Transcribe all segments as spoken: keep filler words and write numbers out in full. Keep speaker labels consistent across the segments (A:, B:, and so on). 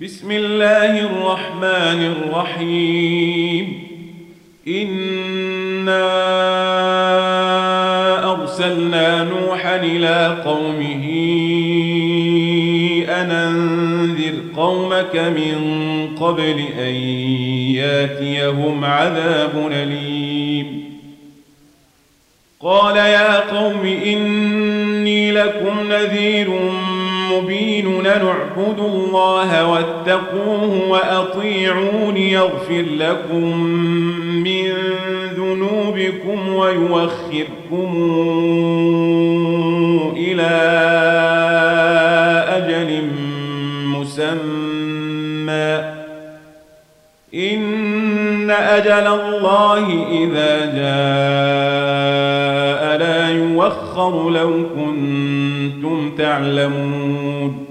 A: بسم الله الرحمن الرحيم. إنا أرسلنا نوحا إلى قومه أن أنذر قومك من قبل أن ياتيهم عذاب أليم. قال يا قوم إني لكم نذير مبين أن اعبدوا الله واتقوه وأطيعون يغفر لكم من ذنوبكم ويوخركم إلى أجل مسمى إن أجل الله إذا جاء لا يوخر لو كنتم تعلمون.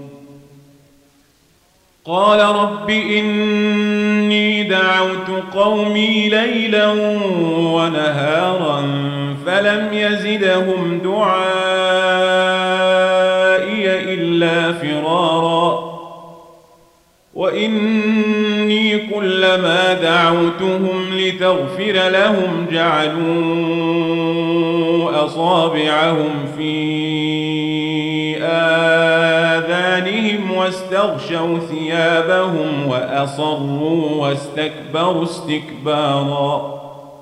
A: قال رب إني دعوت قومي ليلا ونهارا فلم يزدهم دعائي إلا فرارا وإني كلما دعوتهم لتغفر لهم جعلوا أصابعهم في آذانهم واستغشوا ثيابهم وأصروا واستكبروا استكبارا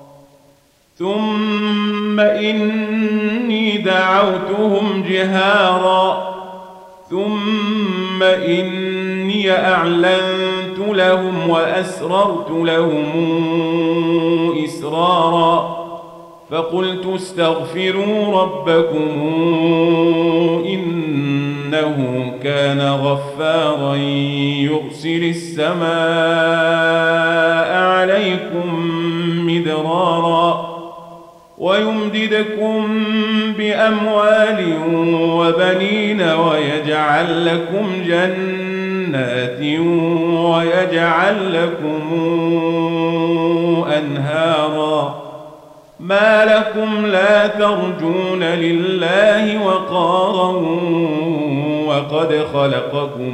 A: ثم إني دعوتهم جهارا ثم إني أعلنت لهم وأسررت لهم إسرارا فقلت استغفروا ربكم إنه كان غفارا يرسل السماء عليكم مدرارا ويمددكم بأموال وبنين ويجعل لكم جنات ويجعل لكم أنهارا ما لكم لا ترجون لله وقارا وقد خلقكم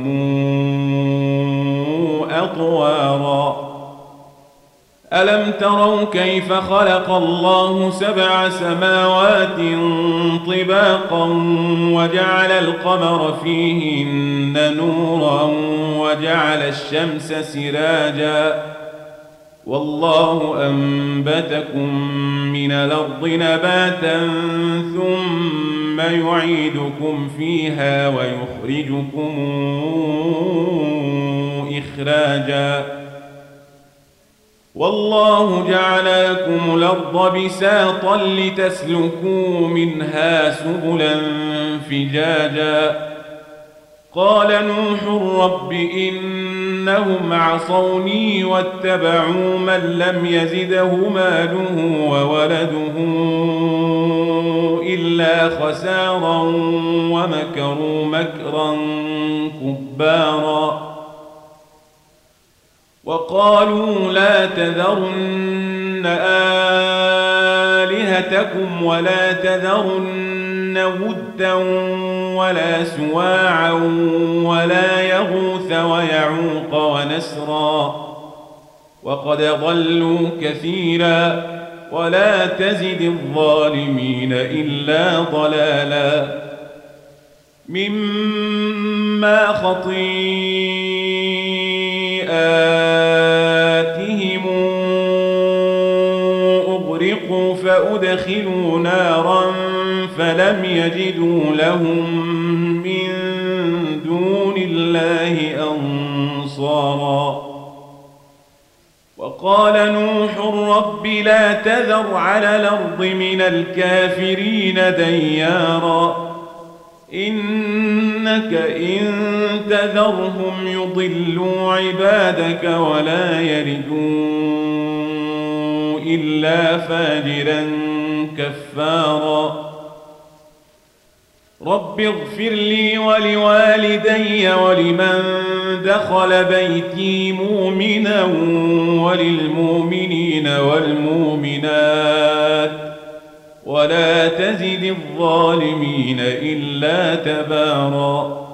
A: أطوارا ألم تروا كيف خلق الله سبع سماوات طباقا وجعل القمر فيهن نورا وجعل الشمس سراجا والله أنبتكم من الأرض نباتا ثم يعيدكم فيها ويخرجكم إخراجا والله جعل لكم الأرض بساطا لتسلكوا منها سبلا فجاجا قال نوح رب إنهم عصوني واتبعوا من لم يزده ماله وولده إلا خسارا ومكروا مكرا كبارا وقالوا لا تذرن آلهتكم ولا تذرن ودا ولا سواعا ولا يغوث ويعوق ونسرا وقد ضلوا كثيرا ولا تزد الظالمين إلا ضلالا مما خطيئاتهم أغرقوا فأدخلوا نارا فلم يجدوا لهم من دون الله أنصارا وقال نوح رب لا تذر على الأرض من الكافرين ديارا إنك إن تذرهم يضلوا عبادك ولا يلدوا إلا فاجرا كفارا رب اغفر لي ولوالدي ولمن دخل بيتي مؤمنا وللمؤمنين والمؤمنات ولا تزد الظالمين إلا تبارا